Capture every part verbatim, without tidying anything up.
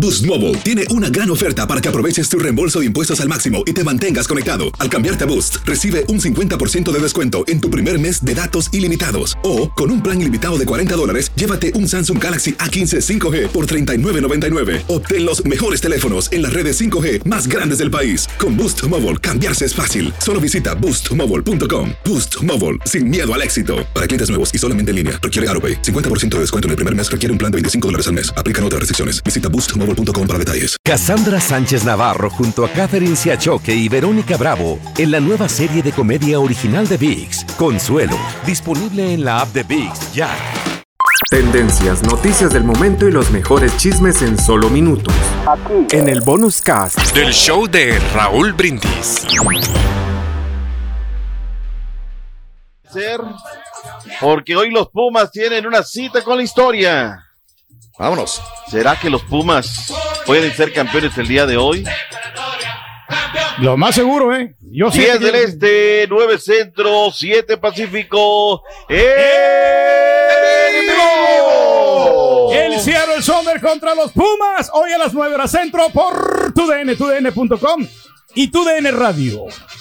Boost Mobile tiene una gran oferta para que aproveches tu reembolso de impuestos al máximo y te mantengas conectado. Al cambiarte a Boost, recibe un cincuenta por ciento de descuento en tu primer mes de datos ilimitados. O, con un plan ilimitado de cuarenta dólares, llévate un Samsung Galaxy A quince cinco G por treinta y nueve noventa y nueve. Obtén los mejores teléfonos en las redes cinco G más grandes del país. Con Boost Mobile, cambiarse es fácil. Solo visita boost mobile punto com. Boost Mobile, sin miedo al éxito. Para clientes nuevos y solamente en línea, requiere AutoPay. cincuenta por ciento de descuento en el primer mes requiere un plan de veinticinco dólares al mes. Aplican otras restricciones. Visita boost mobile punto com para detalles. Cassandra Sánchez Navarro junto a Catherine Siachoque y Verónica Bravo en la nueva serie de comedia original de ViX, Consuelo, disponible en la app de ViX ya. Tendencias, noticias del momento y los mejores chismes en solo minutos. Aquí. En el Bonus Cast del show de Raúl Brindis. Porque hoy los Pumas tienen una cita con la historia. Vámonos. ¿Será que los Pumas pueden ser campeones el día de hoy? Lo más seguro, ¿eh? Yo diez del yo... Este, nueve Centro, siete Pacífico. ¡En vivo! El Seattle Sounders contra los Pumas. Hoy a las nueve horas Centro por tu D N, tu D N punto com y tu D N Radio.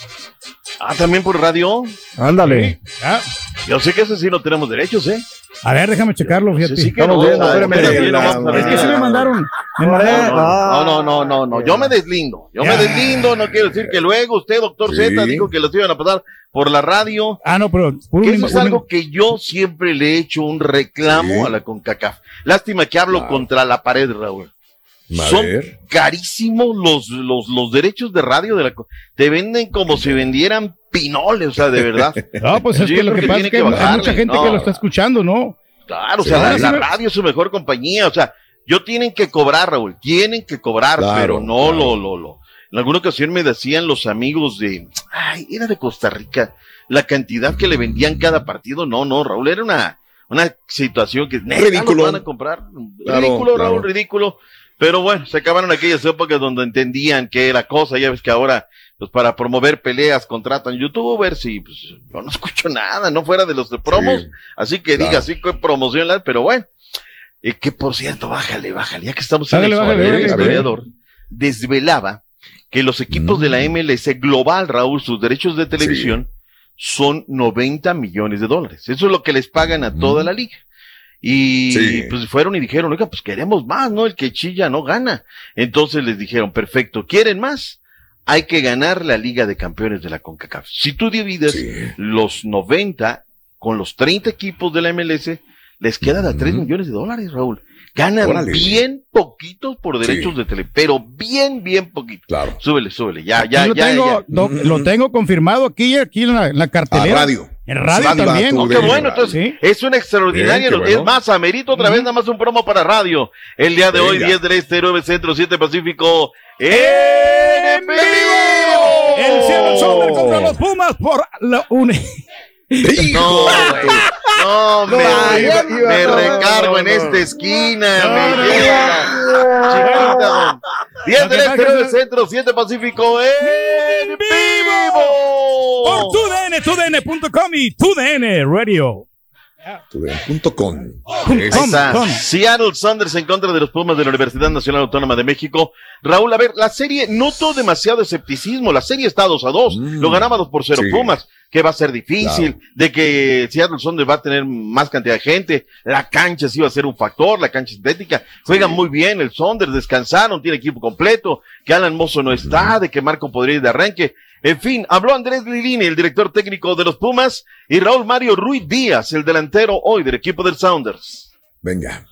Ah, ¿también por radio? Ándale. Sí. Ah. Yo sé que ese sí no tenemos derechos, ¿eh? A ver, déjame checarlo, fíjate. Sí, sí que no, no, no, no, es que sí me mandaron. Me mandaron. No, no, no, no, no, yo me deslindo. Yo me deslindo, no quiero decir que luego usted, doctor sí. Z, dijo que los iban a pasar por la radio. Ah, no, pero... Que eso es algo que yo siempre le he hecho un reclamo sí. a la CONCACAF. Lástima que hablo claro. contra la pared, Raúl. Son carísimos los, los, los derechos de radio de la te venden como si vendieran pinoles, o sea, de verdad. No, pues es que lo que, que pasa es que, que hay mucha gente no. que lo está escuchando, ¿no? Claro, o sea, sí, la, la radio es su mejor compañía, o sea, yo tienen que cobrar, Raúl, tienen que cobrar, claro, pero no claro. lo, lo, lo. En alguna ocasión me decían los amigos de, ay, era de Costa Rica, la cantidad que le vendían cada partido, no, no, Raúl, era una, una situación que ridículo. No van a comprar, claro, ridículo, Raúl, claro. ridículo. Pero bueno, se acabaron aquellas épocas donde entendían que era cosa, ya ves que ahora, pues para promover peleas contratan youtubers y pues yo no escucho nada, no fuera de los de promos, sí, así que claro. diga así que promoción, pero bueno, y que por cierto, bájale, bájale, ya que estamos en bájale, el bájale, el historiador, desvelaba que los equipos mm. de la M L S global, Raúl, sus derechos de televisión sí. son noventa millones de dólares, eso es lo que les pagan a mm. toda la liga. Y sí. pues fueron y dijeron, oiga, pues queremos más, ¿no? El que chilla no gana. Entonces les dijeron, perfecto, ¿quieren más? Hay que ganar la Liga de Campeones de la CONCACAF. Si tú divides sí. los noventa con los treinta equipos de la M L S, les quedan a tres uh-huh. millones de dólares, Raúl. Ganan Órale. bien poquitos por derechos sí. de tele, pero bien, bien poquito. Claro. Súbele, súbele, ya, ya, lo ya, tengo, ya. Lo, lo tengo confirmado aquí, aquí en la, en la cartelera. A radio. En radio sí, también. Oh, qué bueno, entonces ¿sí? es un extraordinario. Bien, bueno. Es más, amerito otra vez, uh-huh. nada más un promo para radio. El día de Venga. hoy, diez del Este, nueve Centro, siete Pacífico. ¡En vivo! El Seattle Sounders contra los Pumas por la UNE. No, no, me, no, iba, iba, me no, recargo no, no, en esta esquina, no, me no, llega. No. diez del Este, nueve Centro, siete Pacífico, en vivo. Por tu D N, tu D N punto com y tu D N Radio. tu D N punto com. Seattle Sounders en contra de los Pumas de la Universidad Nacional Autónoma de México. Raúl, a ver, la serie notó demasiado escepticismo. La serie está dos a dos. Mm, lo ganaba dos por cero sí. Pumas, que va a ser difícil, claro. de que Seattle Sounders va a tener más cantidad de gente. La cancha sí va a ser un factor, la cancha sintética. Juegan sí. muy bien el Sounders, descansaron, tiene equipo completo, que Alan Mozo no está, mm. de que Marco podría ir de arranque. En fin, habló Andrés Lilini, el director técnico de los Pumas, y Raúl Mario Ruiz Díaz, el delantero hoy del equipo del Sounders. Venga.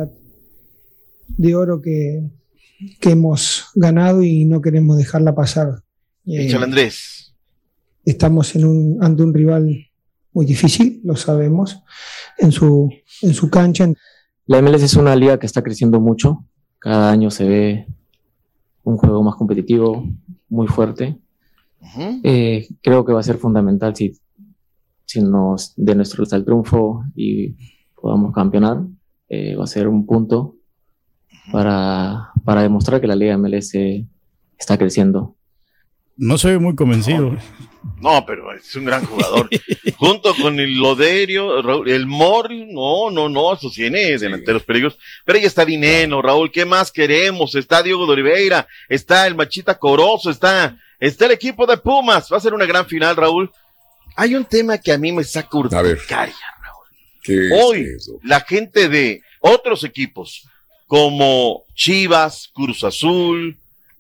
De oro que, que hemos ganado y no queremos dejarla pasar. Échale, eh, Andrés. Estamos en un, ante un rival muy difícil, lo sabemos, en su, en su cancha. La M L S es una liga que está creciendo mucho. Cada año se ve un juego más competitivo, muy fuerte. Uh-huh. Eh, creo que va a ser fundamental si, si nos de nuestro el triunfo y podamos campeonar, eh, va a ser un punto uh-huh. para, para demostrar que la Liga M L S está creciendo. No soy muy convencido. No, no, pero es un gran jugador. Junto con el Loderio, Raúl, el Mori, no, no, no, eso tiene delanteros peligrosos. Pero ahí está Dineno, Raúl, ¿qué más queremos? Está Diego de Oliveira, está el Machita Corozo, está, está el equipo de Pumas. Va a ser una gran final, Raúl. Hay un tema que a mí me saca urticaria, Raúl. ¿Qué Hoy, es eso? la gente de otros equipos, como Chivas, Cruz Azul,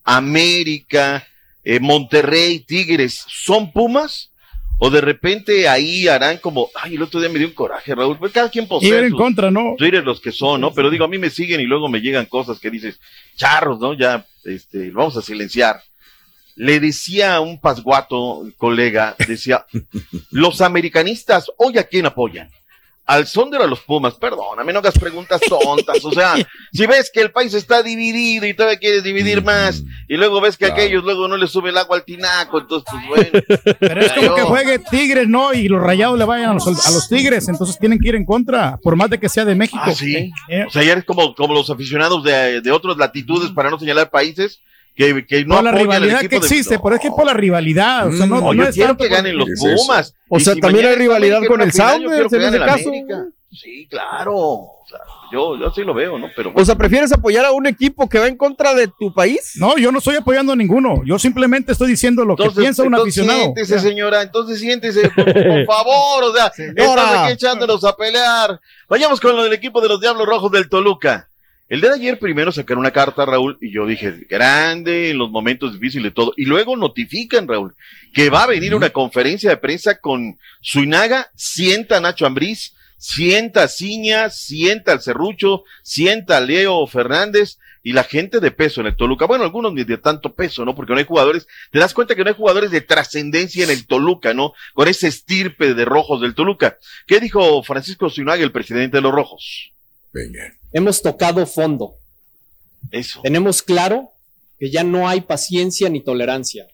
América, eh, Monterrey, Tigres, ¿son Pumas? O de repente ahí harán como, ay, el otro día me dio un coraje, Raúl, pues cada quien posee. Ir en contra, ¿no? Twitter los que son, ¿no? Pero digo, a mí me siguen y luego me llegan cosas que dices, charros, ¿no? Ya, este, vamos a silenciar. Le decía a un pasguato, colega, decía, los americanistas, ¿hoy a quién apoyan? Al Sonder o a los Pumas, perdóname, no hagas preguntas tontas, o sea, si ves que el país está dividido y todavía quieres dividir más, y luego ves que Claro. aquellos luego no les sube el agua al tinaco, entonces pues bueno. Pero es como Yo- que juegue Tigres, ¿no? Y los Rayados le vayan a los, a los Tigres, entonces tienen que ir en contra, por más de que sea de México. Ah, sí. Eh, O sea, ya eres como, como los aficionados de, de otras latitudes, para no señalar países, que, que no por la apoyan al rivalidad que equipo de- existe, No. pero es que por la rivalidad, o sea, no, Mm, No, no yo es quiero tanto que por- ganen los ¿Qué es eso? Pumas. O Y sea, si también mañana hay está rivalidad América con en el una final, yo Sounders, quiero que en gane ese el caso. América. Sí, claro. O sea, yo, yo sí lo veo, ¿no? Pero O sea, ¿prefieres apoyar a un equipo que va en contra de tu país? No, yo no estoy apoyando a ninguno, yo simplemente estoy diciendo lo que entonces, piensa un entonces aficionado. siéntese, O sea, señora, entonces siéntese, por, por favor, o sea, estás aquí echándonos a pelear. Vayamos con lo del equipo de los Diablos Rojos del Toluca. El día de ayer primero sacaron una carta, Raúl, y yo dije, grande, en los momentos difíciles y todo. Y luego notifican, Raúl, que va a venir una conferencia de prensa con Zuinaga, sienta a Nacho Ambriz, sienta a Ciña, sienta al Cerrucho, sienta a Leo Fernández y la gente de peso en el Toluca. Bueno, algunos ni de tanto peso, ¿no? Porque no hay jugadores, te das cuenta que no hay jugadores de trascendencia en el Toluca, ¿no? Con ese estirpe de rojos del Toluca. ¿Qué dijo Francisco Zuinaga, el presidente de los Rojos? Venga. Hemos tocado fondo. Eso. Tenemos claro que ya no hay paciencia ni tolerancia.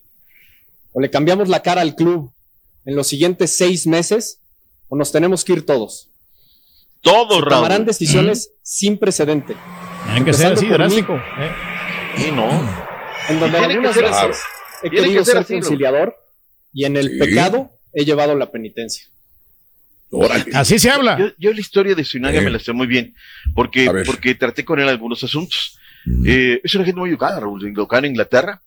O le cambiamos la cara al club en los siguientes seis meses, o nos tenemos que ir todos. Todos, Se Raúl. tomarán decisiones sin precedente. Tienen que ser así, Empezando por drástico. mí, eh. Sí, no. en donde Tiene que algunas ser veces Claro. he Tiene querido que ser ser así, Raúl. conciliador y en el Sí. pecado he llevado la penitencia. Órale. Así se habla. Yo, yo la historia de Zuinaga Eh. me la sé muy bien, porque, A ver. porque traté con él algunos asuntos. Mm. Eh, es una gente muy educada, Raúl, educada en Inglaterra.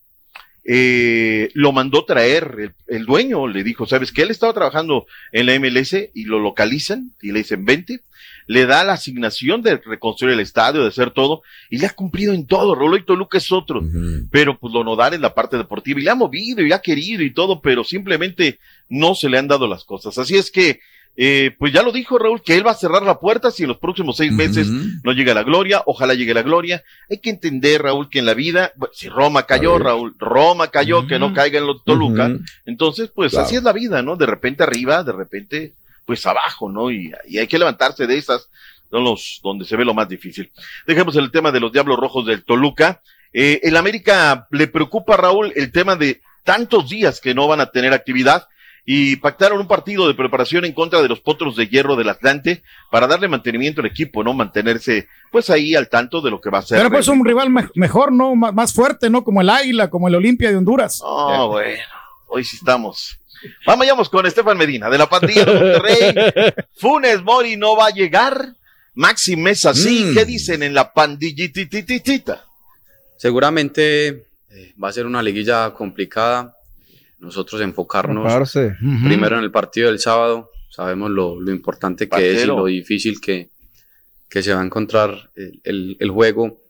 Eh, lo mandó traer el, el dueño, le dijo, ¿sabes qué? Él estaba trabajando en la M L S y lo localizan y le dicen, vente, le da la asignación de reconstruir el estadio, de hacer todo, y le ha cumplido en todo. Raúl, y Toluca es otro, Ujú. pero pues lo nodal en la parte deportiva, y le ha movido y ha querido y todo, pero simplemente no se le han dado las cosas. Así es que, eh, pues ya lo dijo Raúl, que él va a cerrar la puerta si en los próximos seis meses Ujú. no llega la gloria, ojalá llegue la gloria. Hay que entender, Raúl, que en la vida, bueno, si Roma cayó, A ver. Raúl, Roma cayó, que no caiga en los Toluca, Ujú. entonces, pues Claro. así es la vida, ¿no? De repente arriba, de repente, pues abajo, ¿no? Y, y hay que levantarse de esas, son los donde se ve lo más difícil. Dejemos el tema de los Diablos Rojos del Toluca. Eh, el América le preocupa, Raúl, el tema de tantos días que no van a tener actividad, y pactaron un partido de preparación en contra de los Potros de Hierro del Atlante para darle mantenimiento al equipo, ¿no? Mantenerse, pues ahí al tanto de lo que va a ser. Pero pues un rival me- mejor, ¿no? M- más fuerte, ¿no? Como el Águila, como el Olimpia de Honduras. Oh, bueno, hoy sí estamos. Vamos, vayamos con Estefan Medina, de la pandilla de Monterrey. Funes Mori no va a llegar. Maxi Mesa sí. Mm. ¿Qué dicen en la pandillitititita? Seguramente eh, va a ser una liguilla complicada. Nosotros enfocarnos Prepararse. Ujú. primero en el partido del sábado. Sabemos lo, lo importante que es y Parcero. lo difícil que, que se va a encontrar el, el- el juego.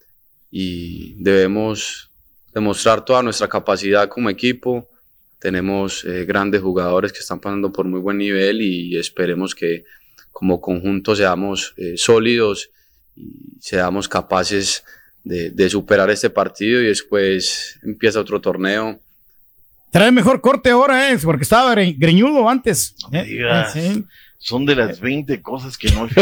Y debemos demostrar toda nuestra capacidad como equipo. Tenemos eh, grandes jugadores que están pasando por muy buen nivel y esperemos que como conjunto seamos eh, sólidos y seamos capaces de, de superar este partido y después empieza otro torneo. Trae mejor corte ahora, ¿eh? Porque estaba gre- greñudo antes. No me ¿eh? digas. Sí. Son de las veinte cosas que no.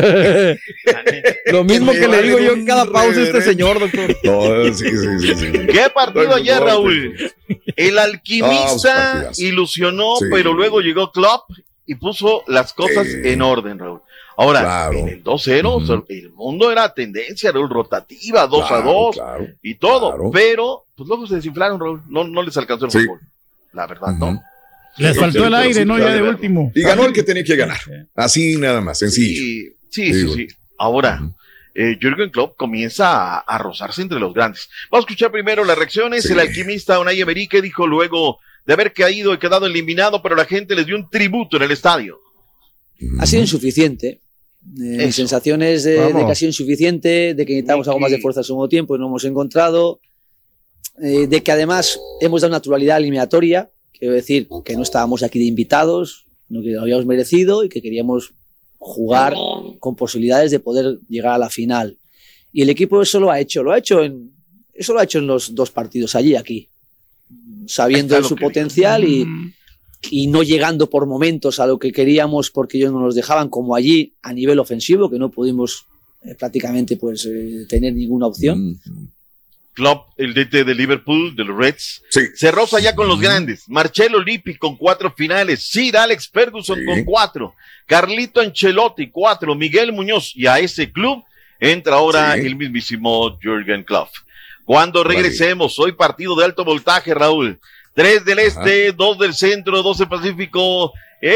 Lo mismo que le digo yo en cada pausa a este señor, doctor. No, sí, sí, sí, sí. ¿Qué partido Estoy ayer, muy Raúl? El Ah, alquimista partidazo. ilusionó, Sí. pero luego llegó Klopp y puso las cosas Sí. en orden, Raúl. Ahora, Claro. en el dos cero, Ujú. o sea, el mundo era tendencia, Raúl, rotativa, dos a Claro, dos claro, y todo, claro. pero pues luego se desinflaron, Raúl, no, no les alcanzó el Sí. fútbol. la verdad, ¿no? Les faltó el aire, ¿no? Ya de último. Y ganó el que tenía que ganar. Así nada más, sencillo. Sí, sí, sí, sí. Ahora, uh-huh. eh, Jürgen Klopp comienza a, a rozarse entre los grandes. Vamos a escuchar primero las reacciones. Sí. El alquimista Unai Emery, que dijo luego de haber caído y quedado eliminado, pero la gente les dio un tributo en el estadio. Ha sido insuficiente. Eh, mi sensación es de, de que ha sido insuficiente, de que necesitamos algo más de fuerza en segundo tiempo y no hemos encontrado. Eh, de que además hemos dado naturalidad eliminatoria. Quiero decir que no estábamos aquí de invitados, no que lo habíamos merecido y que queríamos jugar con posibilidades de poder llegar a la final. Y el equipo eso lo ha hecho, lo ha hecho en, eso lo ha hecho en los dos partidos allí, aquí, sabiendo de su potencial y, y no llegando por momentos a lo que queríamos porque ellos no nos dejaban, como allí a nivel ofensivo, que no pudimos eh, prácticamente pues eh, tener ninguna opción. Klopp, el D T de Liverpool, de los Reds, sí. se roza ya con los grandes. Marcelo Lippi con cuatro finales, Sir Alex Ferguson sí. con cuatro, Carlito Ancelotti cuatro, Miguel Muñoz, y a ese club entra ahora sí. el mismísimo Jürgen Klopp. Cuando regresemos, hoy partido de alto voltaje, Raúl. Tres del este, Ajá. dos del centro, dos del Pacífico. ¡En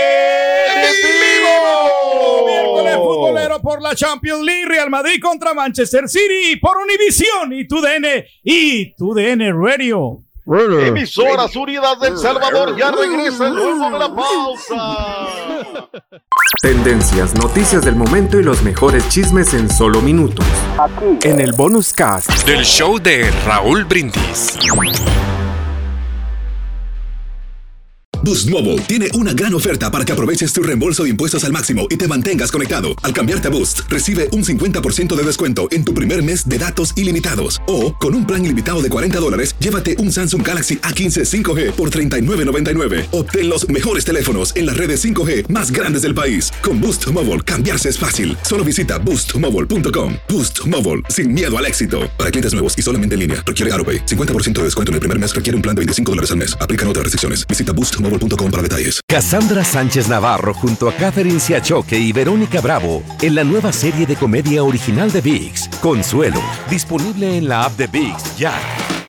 vivo! Miércoles futbolero por la Champions League, Real Madrid contra Manchester City por Univisión y tu D N y tu D N Radio. Emisoras Unidas del Salvador, ya regresa luego de la pausa. Tendencias, noticias del momento y los mejores chismes en solo minutos. Aquí, en el bonus cast del show de Raúl Brindis. Boost Mobile tiene una gran oferta para que aproveches tu reembolso de impuestos al máximo y te mantengas conectado. Al cambiarte a Boost, recibe un cincuenta por ciento de descuento en tu primer mes de datos ilimitados. O, con un plan ilimitado de cuarenta dólares, llévate un Samsung Galaxy A quince cinco G por treinta y nueve noventa y nueve. Obtén los mejores teléfonos en las redes cinco G más grandes del país. Con Boost Mobile, cambiarse es fácil. Solo visita boost mobile punto com. Boost Mobile, sin miedo al éxito. Para clientes nuevos y solamente en línea, requiere AutoPay. cincuenta por ciento de descuento en el primer mes, requiere un plan de veinticinco dólares al mes. Aplican otras restricciones. Visita boost mobile punto com para detalles. Cassandra Sánchez Navarro junto a Catherine Siachoque y Verónica Bravo en la nueva serie de comedia original de ViX, Consuelo, disponible en la app de ViX ya.